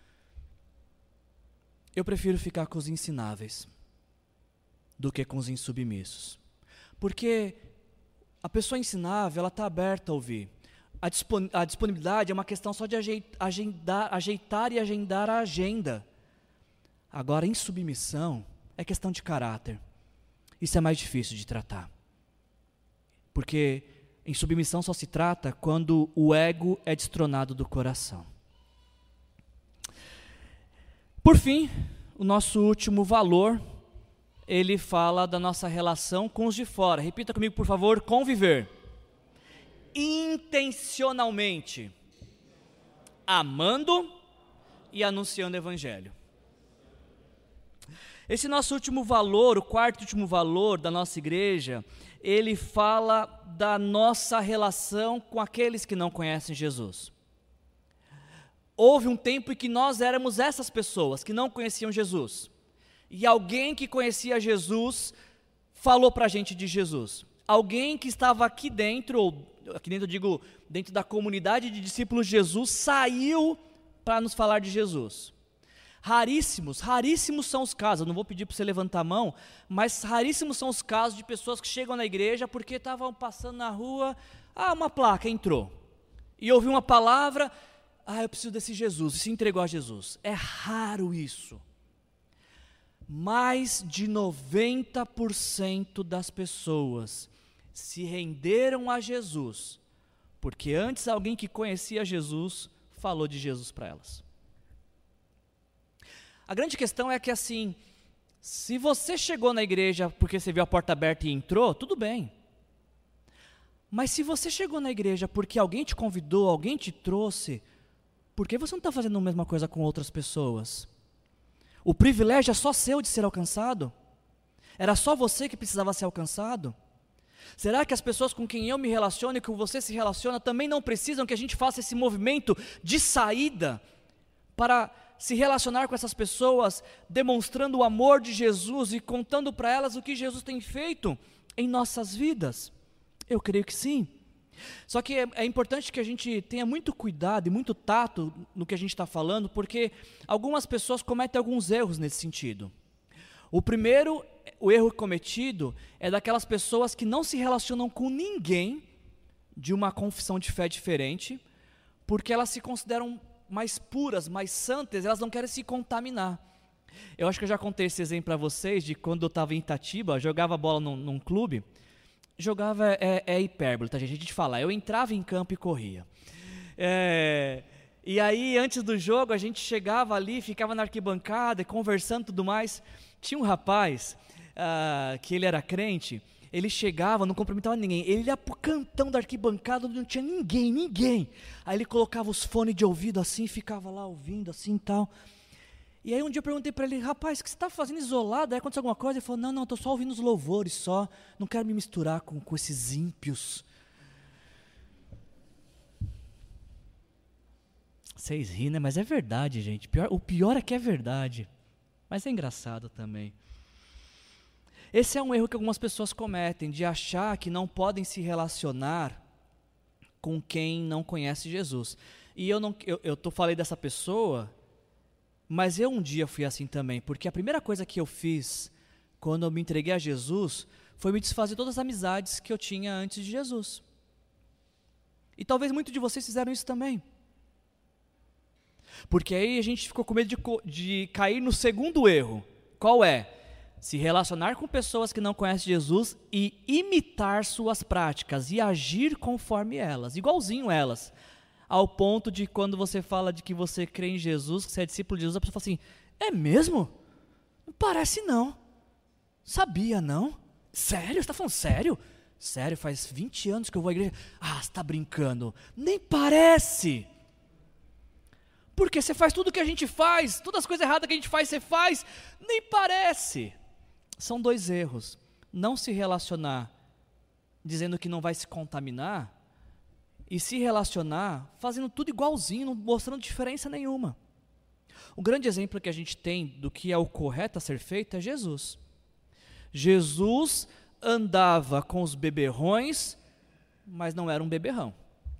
Eu prefiro ficar com os ensináveis do que com os insubmissos. Porque a pessoa ensinável, ela está aberta a ouvir. A disponibilidade é uma questão só de ajeitar e agendar a agenda. Agora, insubmissão é questão de caráter. Isso é mais difícil de tratar. Porque em submissão só se trata quando o ego é destronado do coração. Por fim, o nosso último valor, ele fala da nossa relação com os de fora. Repita comigo, por favor: conviver. Intencionalmente, amando e anunciando o evangelho. Esse nosso último valor, o quarto e último valor da nossa igreja, ele fala da nossa relação com aqueles que não conhecem Jesus. Houve um tempo em que nós éramos essas pessoas que não conheciam Jesus. E alguém que conhecia Jesus falou para a gente de Jesus. Alguém que estava aqui dentro, ou aqui dentro eu digo, dentro da comunidade de discípulos de Jesus, saiu para nos falar de Jesus. Raríssimos são os casos, eu não vou pedir para você levantar a mão, mas raríssimos são os casos de pessoas que chegam na igreja porque estavam passando na rua, uma placa entrou, e ouviu uma palavra, eu preciso desse Jesus, e se entregou a Jesus. É raro isso. Mais de 90% das pessoas se renderam a Jesus, porque antes alguém que conhecia Jesus falou de Jesus para elas. A grande questão é que assim, se você chegou na igreja porque você viu a porta aberta e entrou, tudo bem. Mas se você chegou na igreja porque alguém te convidou, alguém te trouxe, por que você não está fazendo a mesma coisa com outras pessoas? O privilégio é só seu de ser alcançado? Era só você que precisava ser alcançado? Será que as pessoas com quem eu me relaciono e com você se relaciona também não precisam que a gente faça esse movimento de saída para se relacionar com essas pessoas, demonstrando o amor de Jesus e contando para elas o que Jesus tem feito em nossas vidas? Eu creio que sim. Só que é importante que a gente tenha muito cuidado e muito tato no que a gente está falando, porque algumas pessoas cometem alguns erros nesse sentido. O primeiro, o erro cometido é daquelas pessoas que não se relacionam com ninguém de uma confissão de fé diferente, porque elas se consideram mais puras, mais santas, elas não querem se contaminar. Eu acho que eu já contei esse exemplo para vocês, de quando eu estava em Itatiba, jogava bola num clube, jogava hipérbole, tá, gente? A gente fala, eu entrava em campo e corria. E aí, antes do jogo, a gente chegava ali, ficava na arquibancada, conversando e tudo mais. Tinha um rapaz, que ele era crente, ele chegava, não cumprimentava ninguém, ele ia pro cantão da arquibancada onde não tinha ninguém. Aí ele colocava os fones de ouvido assim, ficava lá ouvindo assim e tal. E aí um dia eu perguntei para ele, rapaz, o que você está fazendo isolado? Aí aconteceu alguma coisa? Ele falou, não, estou só ouvindo os louvores só, não quero me misturar com esses ímpios. Vocês riem, né? Mas é verdade, gente. O pior é que é verdade. Mas é engraçado também. Esse é um erro que algumas pessoas cometem, de achar que não podem se relacionar com quem não conhece Jesus. E eu falei dessa pessoa, mas eu um dia fui assim também, porque a primeira coisa que eu fiz quando eu me entreguei a Jesus foi me desfazer todas as amizades que eu tinha antes de Jesus. E talvez muitos de vocês fizeram isso também. Porque aí a gente ficou com medo de cair no segundo erro. Qual é? Se relacionar com pessoas que não conhecem Jesus e imitar suas práticas e agir conforme elas, igualzinho elas. Ao ponto de quando você fala de que você crê em Jesus, que você é discípulo de Jesus, a pessoa fala assim, é mesmo? Não parece não. Sabia não? Sério? Você está falando sério? Sério, faz 20 anos que eu vou à igreja. Você está brincando. Nem parece. Porque você faz tudo o que a gente faz, todas as coisas erradas que a gente faz, você faz, nem parece. São dois erros. Não se relacionar dizendo que não vai se contaminar e se relacionar fazendo tudo igualzinho, não mostrando diferença nenhuma. O grande exemplo que a gente tem do que é o correto a ser feito é Jesus. Jesus andava com os beberrões, mas não era um beberrão.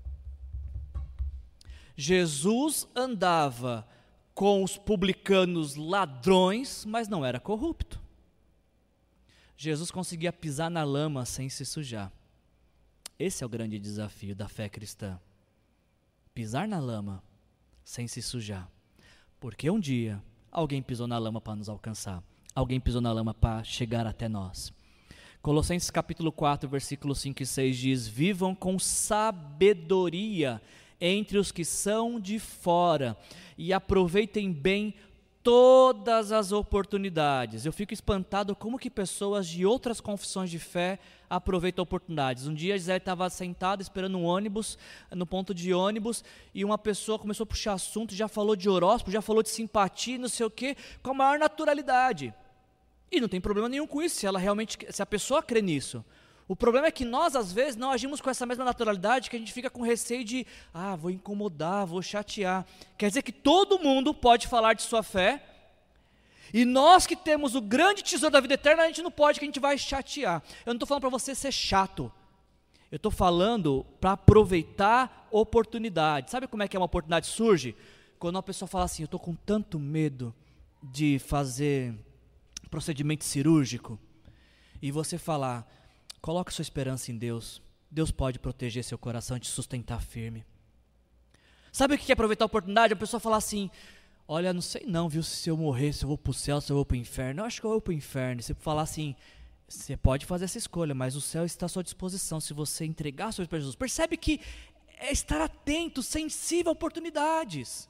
Jesus andava com os publicanos ladrões, mas não era corrupto. Jesus conseguia pisar na lama sem se sujar. Esse é o grande desafio da fé cristã. Pisar na lama sem se sujar. Porque um dia alguém pisou na lama para nos alcançar. Alguém pisou na lama para chegar até nós. Colossenses capítulo 4, versículos 5 e 6 diz, vivam com sabedoria entre os que são de fora, e aproveitem bem todas as oportunidades. Eu fico espantado como que pessoas de outras confissões de fé aproveitam oportunidades. Um dia a Gisele estava sentada esperando um ônibus, no ponto de ônibus, e uma pessoa começou a puxar assunto, já falou de horóscopo, já falou de simpatia, não sei o quê, com a maior naturalidade. E não tem problema nenhum com isso, se a pessoa crê nisso. O problema é que nós, às vezes, não agimos com essa mesma naturalidade, que a gente fica com receio de, vou incomodar, vou chatear. Quer dizer que todo mundo pode falar de sua fé, e nós que temos o grande tesouro da vida eterna, a gente não pode, que a gente vai chatear. Eu não estou falando para você ser chato, eu estou falando para aproveitar oportunidade. Sabe como é que uma oportunidade surge? Quando uma pessoa fala assim, eu estou com tanto medo de fazer procedimento cirúrgico, e você falar, coloque sua esperança em Deus, Deus pode proteger seu coração e te sustentar firme. Sabe o que é aproveitar a oportunidade? A pessoa falar assim, olha, não sei não, viu, se eu morrer, se eu vou para o céu, se eu vou para o inferno. Eu acho que eu vou para o inferno. Você falar assim, você pode fazer essa escolha, mas o céu está à sua disposição se você entregar a sua vida para Jesus. Percebe que é estar atento, sensível a oportunidades.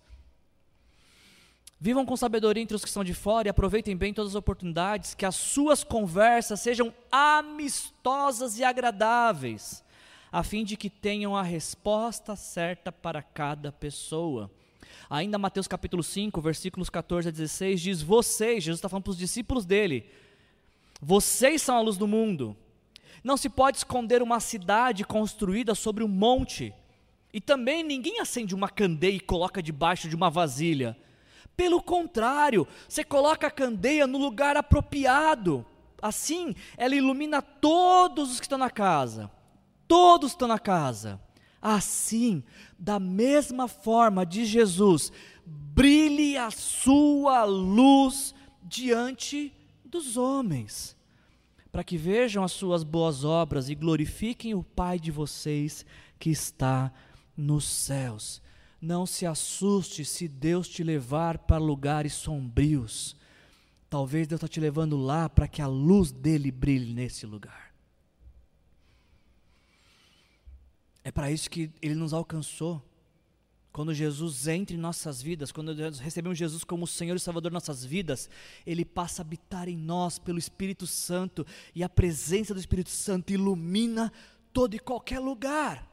Vivam com sabedoria entre os que estão de fora e aproveitem bem todas as oportunidades, que as suas conversas sejam amistosas e agradáveis, a fim de que tenham a resposta certa para cada pessoa. Ainda Mateus capítulo 5, versículos 14 a 16, diz, vocês, Jesus está falando para os discípulos dele, vocês são a luz do mundo. Não se pode esconder uma cidade construída sobre um monte, e também ninguém acende uma candeia e coloca debaixo de uma vasilha. Pelo contrário, você coloca a candeia no lugar apropriado, assim ela ilumina todos os que estão na casa, todos estão na casa. Assim, da mesma forma de Jesus, brilhe a sua luz diante dos homens, para que vejam as suas boas obras e glorifiquem o Pai de vocês que está nos céus. Não se assuste se Deus te levar para lugares sombrios. Talvez Deus está te levando lá para que a luz dele brilhe nesse lugar. É para isso que ele nos alcançou. Quando Jesus entra em nossas vidas, quando nós recebemos Jesus como Senhor e Salvador de nossas vidas, Ele passa a habitar em nós pelo Espírito Santo, e a presença do Espírito Santo ilumina todo e qualquer lugar.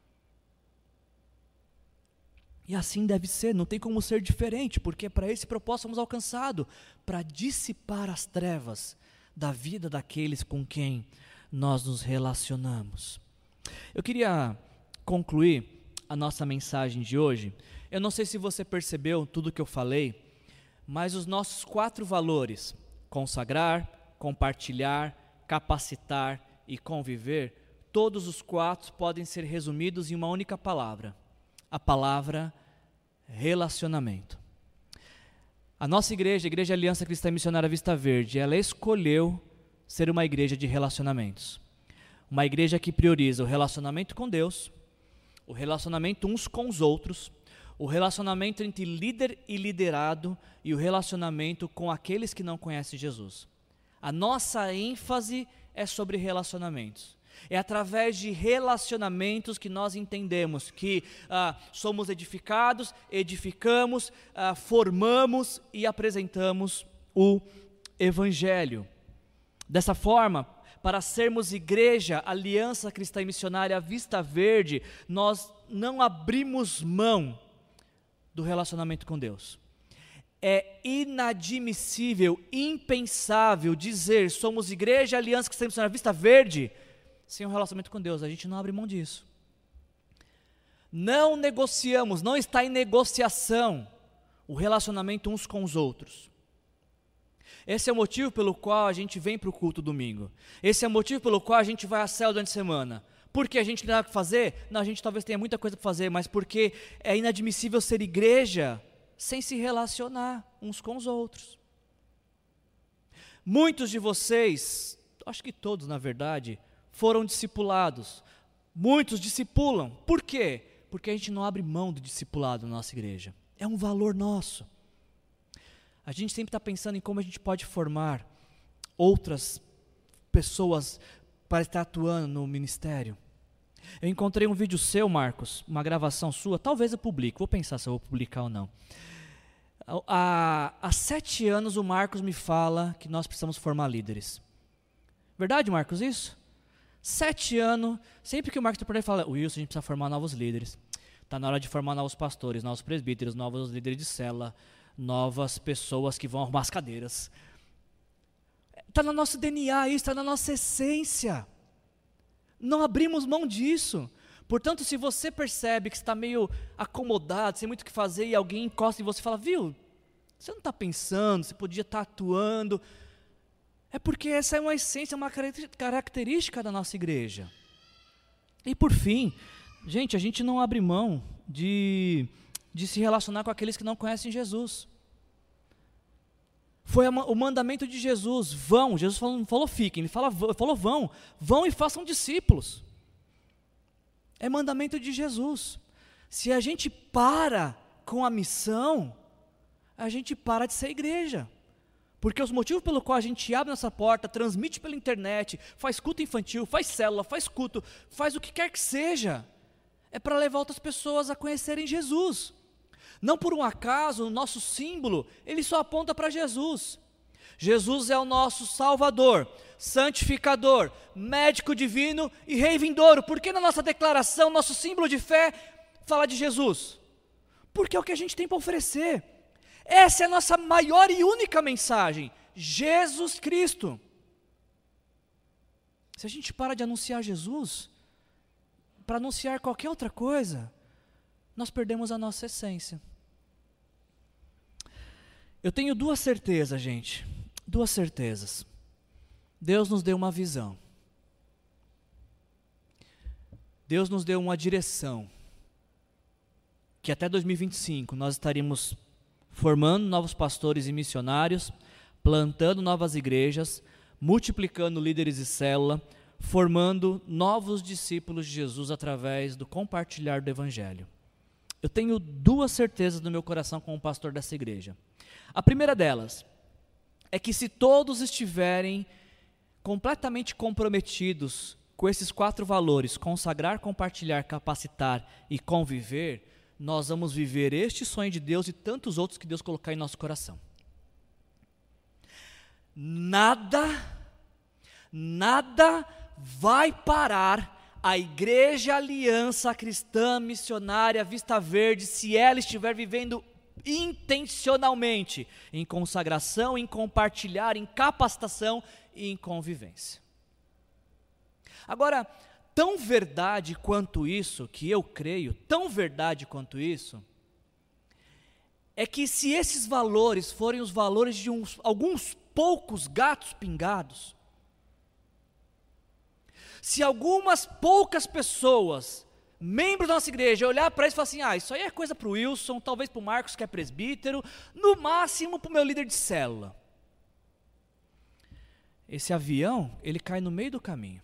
E assim deve ser, não tem como ser diferente, porque para esse propósito somos alcançados, para dissipar as trevas da vida daqueles com quem nós nos relacionamos. Eu queria concluir a nossa mensagem de hoje. Eu não sei se você percebeu tudo que eu falei, mas os nossos 4 valores, consagrar, compartilhar, capacitar e conviver, todos os 4 podem ser resumidos em uma única palavra, a palavra relacionamento. A nossa igreja, a Igreja Aliança Cristã Missionária Vista Verde, ela escolheu ser uma igreja de relacionamentos, uma igreja que prioriza o relacionamento com Deus, o relacionamento uns com os outros, o relacionamento entre líder e liderado e o relacionamento com aqueles que não conhecem Jesus. A nossa ênfase é sobre relacionamentos. É através de relacionamentos que nós entendemos que somos edificados, edificamos, formamos e apresentamos o Evangelho. Dessa forma, para sermos igreja, Aliança Cristã e Missionária Vista Verde, nós não abrimos mão do relacionamento com Deus. É inadmissível, impensável dizer somos igreja, Aliança Cristã e Missionária Vista Verde, sem um relacionamento com Deus. A gente não abre mão disso. Não negociamos, não está em negociação o relacionamento uns com os outros. Esse é o motivo pelo qual a gente vem para o culto domingo. Esse é o motivo pelo qual a gente vai à célula durante a semana. Porque a gente não tem nada para fazer? Não, a gente talvez tenha muita coisa para fazer, mas porque é inadmissível ser igreja sem se relacionar uns com os outros. Muitos de vocês, acho que todos na verdade, foram discipulados. Muitos discipulam. Por quê? Porque a gente não abre mão do discipulado na nossa igreja. É um valor nosso. A gente sempre está pensando em como a gente pode formar outras pessoas para estar atuando no ministério. Eu encontrei um vídeo seu, Marcos, uma gravação sua, talvez eu publique, vou pensar se eu vou publicar ou não. Há 7 anos o Marcos me fala que nós precisamos formar líderes. Verdade, Marcos, isso? 7 anos, sempre que o Marcos está por aí fala, Wilson, a gente precisa formar novos líderes. Está na hora de formar novos pastores, novos presbíteros, novos líderes de célula, novas pessoas que vão arrumar as cadeiras. Está no nosso DNA isso, está na nossa essência. Não abrimos mão disso. Portanto, se você percebe que está meio acomodado, sem muito o que fazer, e alguém encosta em você e fala, viu, você não está pensando, você podia estar atuando, é porque essa é uma essência, uma característica da nossa igreja. E por fim, gente, a gente não abre mão de se relacionar com aqueles que não conhecem Jesus. Foi o mandamento de Jesus, vão. Jesus não falou fiquem, ele falou vão e façam discípulos. É mandamento de Jesus. Se a gente para com a missão, a gente para de ser igreja. Porque os motivos pelo qual a gente abre nossa porta, transmite pela internet, faz culto infantil, faz célula, faz culto, faz o que quer que seja, é para levar outras pessoas a conhecerem Jesus. Não por um acaso, o nosso símbolo, ele só aponta para Jesus. Jesus é o nosso Salvador, santificador, médico divino e rei vindouro. Por que na nossa declaração, nosso símbolo de fé, fala de Jesus? Porque é o que a gente tem para oferecer. Essa é a nossa maior e única mensagem, Jesus Cristo. Se a gente para de anunciar Jesus, para anunciar qualquer outra coisa, nós perdemos a nossa essência. Eu tenho duas certezas, gente, duas certezas. Deus nos deu uma visão. Deus nos deu uma direção, que até 2025 nós estaríamos formando novos pastores e missionários, plantando novas igrejas, multiplicando líderes de célula, formando novos discípulos de Jesus através do compartilhar do Evangelho. Eu tenho duas certezas no meu coração como pastor dessa igreja. A primeira delas é que se todos estiverem completamente comprometidos com esses 4 valores, consagrar, compartilhar, capacitar e conviver, nós vamos viver este sonho de Deus e tantos outros que Deus colocar em nosso coração. Nada vai parar a Igreja Aliança Cristã Missionária Vista Verde se ela estiver vivendo intencionalmente em consagração, em compartilhar, em capacitação e em convivência. Agora, tão verdade quanto isso, que eu creio, tão verdade quanto isso, é que se esses valores forem os valores de alguns poucos gatos pingados, se algumas poucas pessoas, membros da nossa igreja, olhar para isso e falar assim, isso aí é coisa para o Wilson, talvez para o Marcos que é presbítero, no máximo para o meu líder de célula. Esse avião, ele cai no meio do caminho.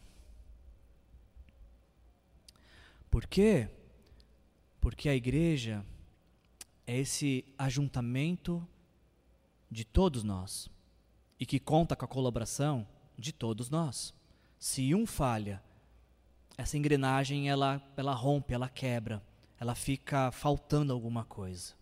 Por quê? Porque a igreja é esse ajuntamento de todos nós e que conta com a colaboração de todos nós. Se um falha, essa engrenagem ela rompe, ela quebra, ela fica faltando alguma coisa.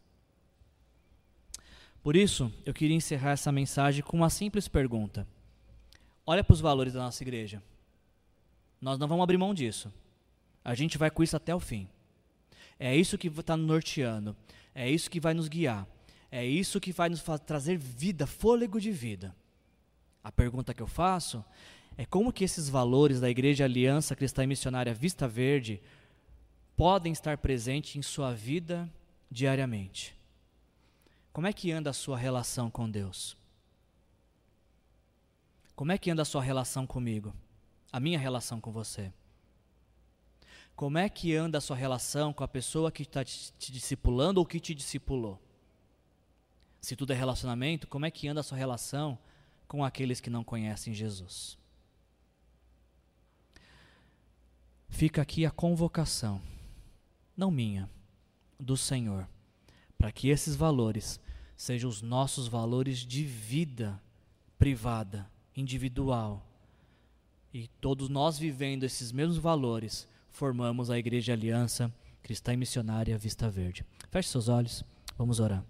Por isso, eu queria encerrar essa mensagem com uma simples pergunta. Olha para os valores da nossa igreja. Nós não vamos abrir mão disso. A gente vai com isso até o fim. É isso que está nos norteando. É isso que vai nos guiar. É isso que vai nos trazer vida, fôlego de vida. A pergunta que eu faço é como que esses valores da Igreja Aliança Cristã e Missionária Vista Verde podem estar presentes em sua vida diariamente. Como é que anda a sua relação com Deus? Como é que anda a sua relação comigo? A minha relação com você? Como é que anda a sua relação com a pessoa que está te discipulando ou que te discipulou? Se tudo é relacionamento, como é que anda a sua relação com aqueles que não conhecem Jesus? Fica aqui a convocação, não minha, do Senhor, para que esses valores sejam os nossos valores de vida privada, individual, e todos nós vivendo esses mesmos valores, formamos a Igreja Aliança Cristã e Missionária Vista Verde. Feche seus olhos, vamos orar.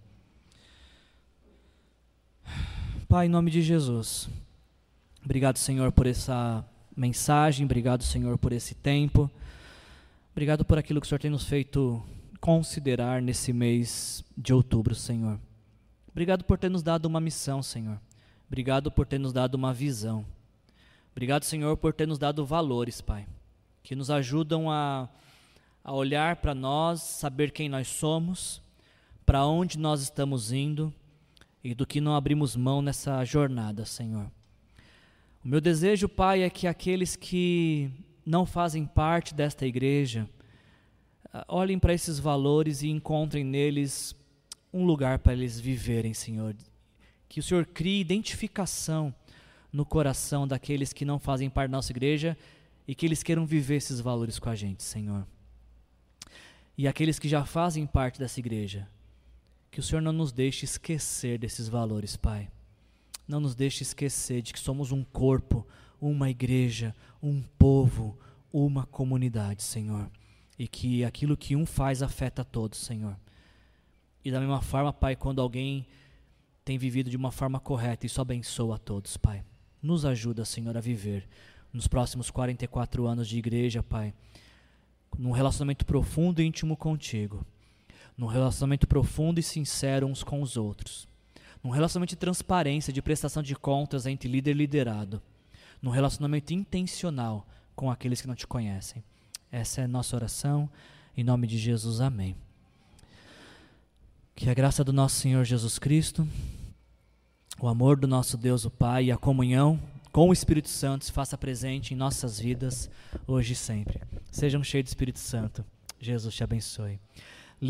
Pai, em nome de Jesus, obrigado, Senhor, por essa mensagem, obrigado, Senhor, por esse tempo, obrigado por aquilo que o Senhor tem nos feito considerar nesse mês de outubro, Senhor. Obrigado por ter nos dado uma missão, Senhor, Obrigado por ter nos dado uma visão. Obrigado, Senhor, por ter nos dado valores, Pai, que nos ajudam a olhar para nós, saber quem nós somos, para onde nós estamos indo e do que não abrimos mão nessa jornada, Senhor. O meu desejo, Pai, é que aqueles que não fazem parte desta igreja olhem para esses valores e encontrem neles um lugar para eles viverem, Senhor. Que o Senhor crie identificação no coração daqueles que não fazem parte da nossa igreja e que eles queiram viver esses valores com a gente, Senhor. E aqueles que já fazem parte dessa igreja, que o Senhor não nos deixe esquecer desses valores, Pai. Não nos deixe esquecer de que somos um corpo, uma igreja, um povo, uma comunidade, Senhor. E que aquilo que um faz afeta a todos, Senhor. E da mesma forma, Pai, quando alguém tem vivido de uma forma correta, isso abençoa a todos, Pai. Nos ajuda, Senhor, a viver nos próximos 44 anos de igreja, Pai, num relacionamento profundo e íntimo contigo, num relacionamento profundo e sincero uns com os outros, num relacionamento de transparência, de prestação de contas entre líder e liderado, num relacionamento intencional com aqueles que não te conhecem. Essa é a nossa oração, em nome de Jesus, amém. Que a graça do nosso Senhor Jesus Cristo, o amor do nosso Deus o Pai e a comunhão com o Espírito Santo se faça presente em nossas vidas, hoje e sempre. Sejam cheios do Espírito Santo. Jesus te abençoe.